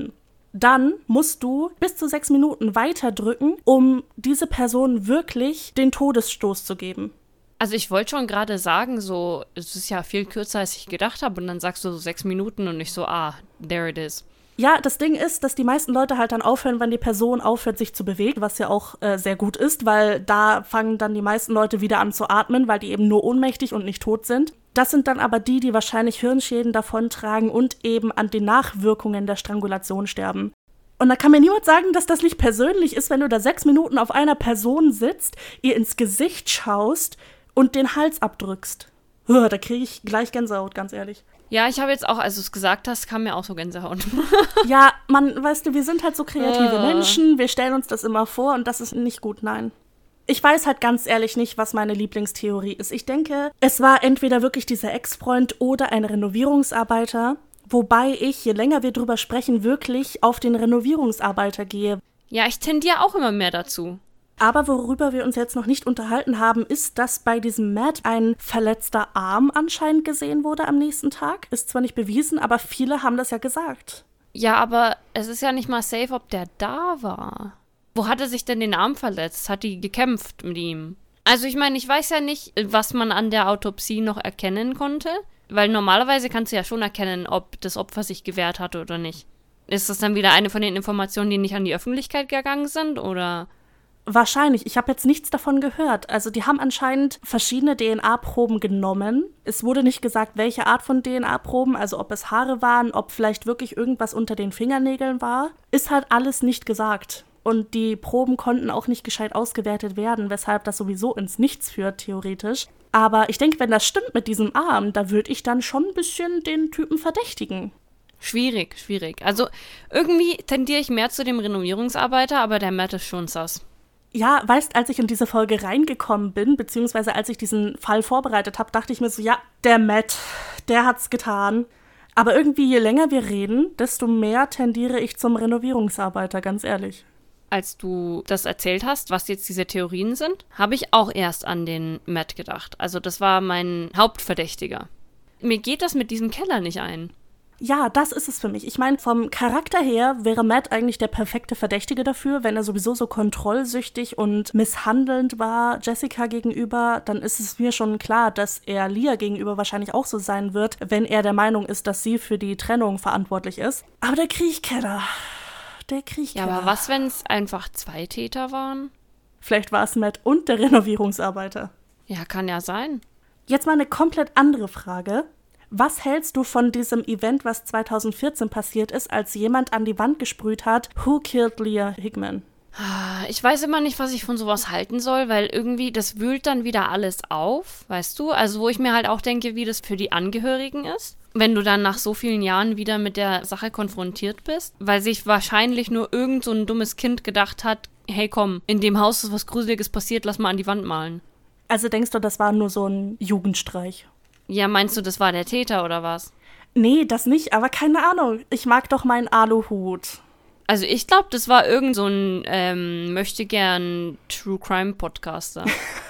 dann musst du bis zu sechs Minuten weiterdrücken, um diese Person wirklich den Todesstoß zu geben. Also ich wollte schon gerade sagen, so, es ist ja viel kürzer, als ich gedacht habe. Und dann sagst du so sechs Minuten und ich so, ah, there it is. Ja, das Ding ist, dass die meisten Leute halt dann aufhören, wenn die Person aufhört, sich zu bewegen, was ja auch äh, sehr gut ist, weil da fangen dann die meisten Leute wieder an zu atmen, weil die eben nur ohnmächtig und nicht tot sind. Das sind dann aber die, die wahrscheinlich Hirnschäden davontragen und eben an den Nachwirkungen der Strangulation sterben. Und da kann mir niemand sagen, dass das nicht persönlich ist, wenn du da sechs Minuten auf einer Person sitzt, ihr ins Gesicht schaust und den Hals abdrückst. Uah, da kriege ich gleich Gänsehaut, ganz ehrlich. Ja, ich habe jetzt auch, als du es gesagt hast, kam mir auch so Gänsehaut. Ja, man, weißt du, wir sind halt so kreative uh. Menschen, wir stellen uns das immer vor und das ist nicht gut, nein. Ich weiß halt ganz ehrlich nicht, was meine Lieblingstheorie ist. Ich denke, es war entweder wirklich dieser Ex-Freund oder ein Renovierungsarbeiter, wobei ich, je länger wir drüber sprechen, wirklich auf den Renovierungsarbeiter gehe. Ja, ich tendiere auch immer mehr dazu. Aber worüber wir uns jetzt noch nicht unterhalten haben, ist, dass bei diesem Matt ein verletzter Arm anscheinend gesehen wurde am nächsten Tag. Ist zwar nicht bewiesen, aber viele haben das ja gesagt. Ja, aber es ist ja nicht mal safe, ob der da war. Wo hat er sich denn den Arm verletzt? Hat die gekämpft mit ihm? Also ich meine, ich weiß ja nicht, was man an der Autopsie noch erkennen konnte. Weil normalerweise kannst du ja schon erkennen, ob das Opfer sich gewehrt hatte oder nicht. Ist das dann wieder eine von den Informationen, die nicht an die Öffentlichkeit gegangen sind, oder? Wahrscheinlich. Ich habe jetzt nichts davon gehört. Also die haben anscheinend verschiedene D N A-Proben genommen. Es wurde nicht gesagt, welche Art von D N A-Proben, also ob es Haare waren, ob vielleicht wirklich irgendwas unter den Fingernägeln war. Ist halt alles nicht gesagt. Und die Proben konnten auch nicht gescheit ausgewertet werden, weshalb das sowieso ins Nichts führt, theoretisch. Aber ich denke, wenn das stimmt mit diesem Arm, da würde ich dann schon ein bisschen den Typen verdächtigen. Schwierig, schwierig. Also irgendwie tendiere ich mehr zu dem Renovierungsarbeiter, aber der Matt ist schon sass. Ja, weißt, als ich in diese Folge reingekommen bin, beziehungsweise als ich diesen Fall vorbereitet habe, dachte ich mir so, ja, der Matt, der hat's getan. Aber irgendwie, je länger wir reden, desto mehr tendiere ich zum Renovierungsarbeiter, ganz ehrlich. Als du das erzählt hast, was jetzt diese Theorien sind, habe ich auch erst an den Matt gedacht. Also das war mein Hauptverdächtiger. Mir geht das mit diesem Keller nicht ein. Ja, das ist es für mich. Ich meine, vom Charakter her wäre Matt eigentlich der perfekte Verdächtige dafür. Wenn er sowieso so kontrollsüchtig und misshandelnd war Jessica gegenüber, dann ist es mir schon klar, dass er Lia gegenüber wahrscheinlich auch so sein wird, wenn er der Meinung ist, dass sie für die Trennung verantwortlich ist. Aber der Kriechkeller, der Kriechkeller. Ja, aber was, wenn es einfach zwei Täter waren? Vielleicht war es Matt und der Renovierungsarbeiter. Ja, kann ja sein. Jetzt mal eine komplett andere Frage. Was hältst du von diesem Event, was zwanzig vierzehn passiert ist, als jemand an die Wand gesprüht hat, Who killed Lia Hickman? Ich weiß immer nicht, was ich von sowas halten soll, weil irgendwie, das wühlt dann wieder alles auf, weißt du? Also wo ich mir halt auch denke, wie das für die Angehörigen ist. Wenn du dann nach so vielen Jahren wieder mit der Sache konfrontiert bist, weil sich wahrscheinlich nur irgend so ein dummes Kind gedacht hat, hey komm, in dem Haus ist was Gruseliges passiert, lass mal an die Wand malen. Also denkst du, das war nur so ein Jugendstreich? Ja, meinst du, das war der Täter oder was? Nee, das nicht, aber keine Ahnung. Ich mag doch meinen Aluhut. Also ich glaube, das war irgend so ein ähm, möchtegern True-Crime-Podcaster.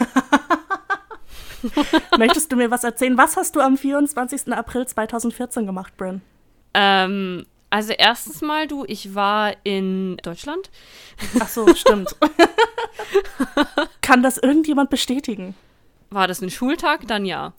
Möchtest du mir was erzählen? Was hast du am vierundzwanzigsten April zweitausendvierzehn gemacht, Bryn? Ähm, also erstens mal, du, ich war in Deutschland. Ach so, stimmt. Kann das irgendjemand bestätigen? War das ein Schultag? Dann ja.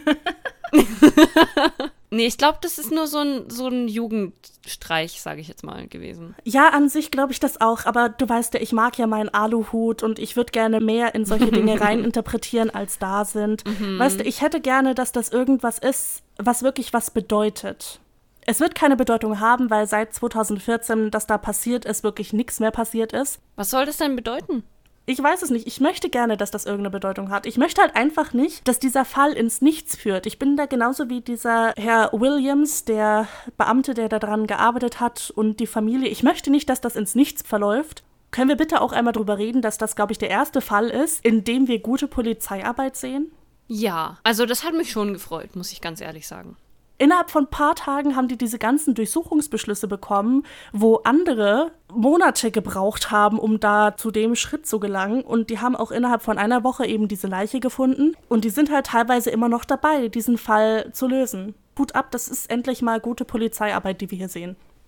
Nee, ich glaube, das ist nur so ein, so ein Jugendstreich, sage ich jetzt mal, gewesen. Ja, an sich glaube ich das auch, aber du weißt ja, ich mag ja meinen Aluhut und ich würde gerne mehr in solche Dinge reininterpretieren, als da sind. Mhm. Weißt du, ich hätte gerne, dass das irgendwas ist, was wirklich was bedeutet. Es wird keine Bedeutung haben, weil seit zwanzig vierzehn, dass da passiert ist, wirklich nichts mehr passiert ist. Was soll das denn bedeuten? Ich weiß es nicht. Ich möchte gerne, dass das irgendeine Bedeutung hat. Ich möchte halt einfach nicht, dass dieser Fall ins Nichts führt. Ich bin da genauso wie dieser Herr Williams, der Beamte, der daran gearbeitet hat, und die Familie. Ich möchte nicht, dass das ins Nichts verläuft. Können wir bitte auch einmal drüber reden, dass das, glaube ich, der erste Fall ist, in dem wir gute Polizeiarbeit sehen? Ja, also das hat mich schon gefreut, muss ich ganz ehrlich sagen. Innerhalb von ein paar Tagen haben die diese ganzen Durchsuchungsbeschlüsse bekommen, wo andere Monate gebraucht haben, um da zu dem Schritt zu gelangen. Und die haben auch innerhalb von einer Woche eben diese Leiche gefunden. Und die sind halt teilweise immer noch dabei, diesen Fall zu lösen. Hut ab, das ist endlich mal gute Polizeiarbeit, die wir hier sehen.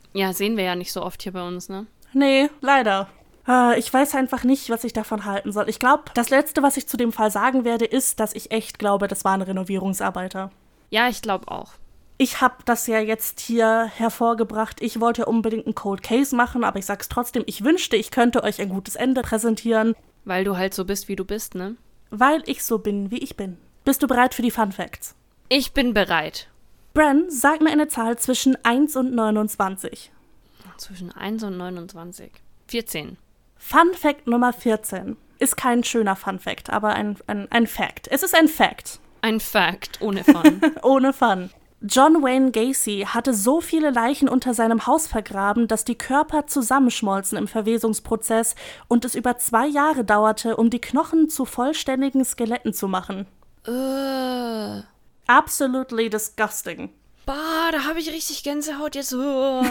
Ja, sehen wir ja nicht so oft hier bei uns, ne? Nee, leider. Äh, ich weiß einfach nicht, was ich davon halten soll. Ich glaube, das Letzte, was ich zu dem Fall sagen werde, ist, dass ich echt glaube, das waren Renovierungsarbeiter. Ja, ich glaube auch. Ich habe das ja jetzt hier hervorgebracht. Ich wollte ja unbedingt einen Cold Case machen, aber ich sag's trotzdem, ich wünschte, ich könnte euch ein gutes Ende präsentieren. Weil du halt so bist, wie du bist, ne? Weil ich so bin, wie ich bin. Bist du bereit für die Fun Facts? Ich bin bereit. Bren, sag mir eine Zahl zwischen eins und neunundzwanzig. Zwischen eins und neunundzwanzig. vierzehn. Fun Fact Nummer vierzehn. Ist kein schöner Fun Fact, aber ein, ein, ein Fact. Es ist ein Fact. Ein Fact, ohne Fun. Ohne Fun. John Wayne Gacy hatte so viele Leichen unter seinem Haus vergraben, dass die Körper zusammenschmolzen im Verwesungsprozess und es über zwei Jahre dauerte, um die Knochen zu vollständigen Skeletten zu machen. Uh. Absolutely disgusting. Bah, da habe ich richtig Gänsehaut jetzt. Oh.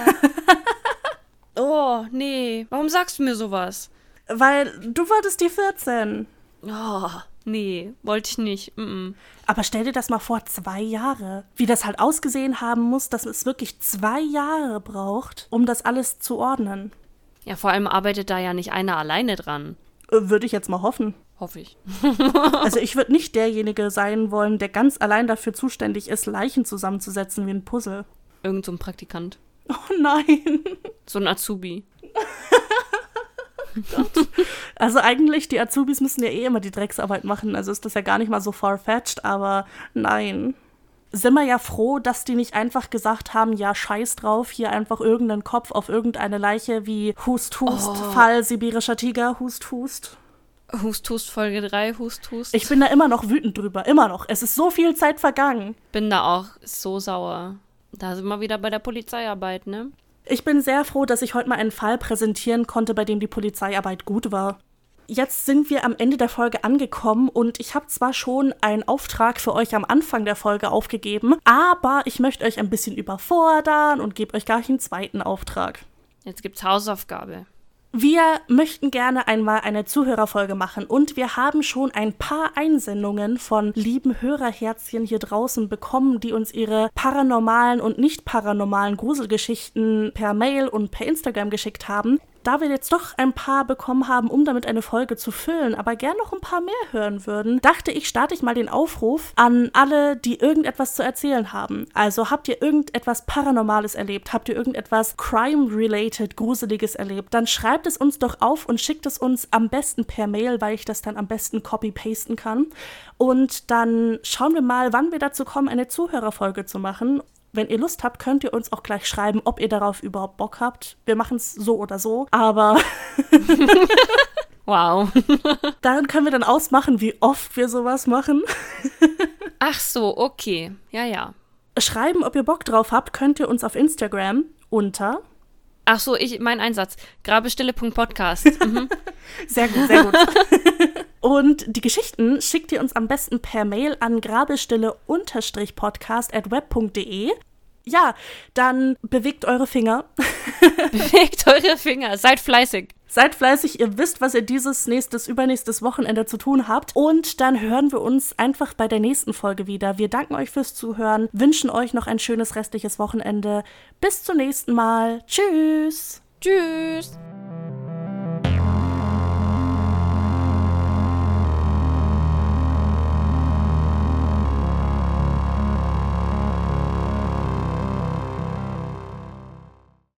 Oh, nee. Warum sagst du mir sowas? Weil du wolltest die vierzehn. Oh, nee, wollte ich nicht. Mm-mm. Aber stell dir das mal vor, zwei Jahre. Wie das halt ausgesehen haben muss, dass es wirklich zwei Jahre braucht, um das alles zu ordnen. Ja, vor allem arbeitet da ja nicht einer alleine dran. Würde ich jetzt mal hoffen. Hoffe ich. Also ich würde nicht derjenige sein wollen, der ganz allein dafür zuständig ist, Leichen zusammenzusetzen wie ein Puzzle. Irgend so ein Praktikant. Oh nein. So ein Azubi. Also eigentlich, die Azubis müssen ja eh immer die Drecksarbeit machen, also ist das ja gar nicht mal so far-fetched, aber nein. Sind wir ja froh, dass die nicht einfach gesagt haben, ja, scheiß drauf, hier einfach irgendeinen Kopf auf irgendeine Leiche wie Hust, Hust, Oh. Fall, sibirischer Tiger, Hust, Hust. Hust, Hust, Folge drei, Hust, Hust. Ich bin da immer noch wütend drüber, immer noch. Es ist so viel Zeit vergangen. bin da auch so sauer. Da sind wir wieder bei der Polizeiarbeit, ne? Ich bin sehr froh, dass ich heute mal einen Fall präsentieren konnte, bei dem die Polizeiarbeit gut war. Jetzt sind wir am Ende der Folge angekommen und ich habe zwar schon einen Auftrag für euch am Anfang der Folge aufgegeben, aber ich möchte euch ein bisschen überfordern und gebe euch gleich einen zweiten Auftrag. Jetzt gibt's Hausaufgabe. Wir möchten gerne einmal eine Zuhörerfolge machen und wir haben schon ein paar Einsendungen von lieben Hörerherzchen hier draußen bekommen, die uns ihre paranormalen und nicht paranormalen Gruselgeschichten per Mail und per Instagram geschickt haben. Da wir jetzt doch ein paar bekommen haben, um damit eine Folge zu füllen, aber gern noch ein paar mehr hören würden, dachte ich, starte ich mal den Aufruf an alle, die irgendetwas zu erzählen haben. Also habt ihr irgendetwas Paranormales erlebt? Habt ihr irgendetwas Crime-related, Gruseliges erlebt? Dann schreibt es uns doch auf und schickt es uns am besten per Mail, weil ich das dann am besten copy-pasten kann. Und dann schauen wir mal, wann wir dazu kommen, eine Zuhörerfolge zu machen. Wenn ihr Lust habt, könnt ihr uns auch gleich schreiben, ob ihr darauf überhaupt Bock habt. Wir machen es so oder so, aber Wow. daran können wir dann ausmachen, wie oft wir sowas machen. Ach so, okay. Ja, ja. Schreiben, ob ihr Bock drauf habt, könnt ihr uns auf Instagram unter Ach so, ich, mein Einsatz. grabestille punkt podcast. Mhm. Sehr gut, sehr gut. Und die Geschichten schickt ihr uns am besten per Mail an grabestille-podcast at web punkt de. Ja, dann bewegt eure Finger. Bewegt eure Finger. Seid fleißig. Seid fleißig, ihr wisst, was ihr dieses, nächstes, übernächstes Wochenende zu tun habt. Und dann hören wir uns einfach bei der nächsten Folge wieder. Wir danken euch fürs Zuhören, wünschen euch noch ein schönes restliches Wochenende. Bis zum nächsten Mal. Tschüss. Tschüss.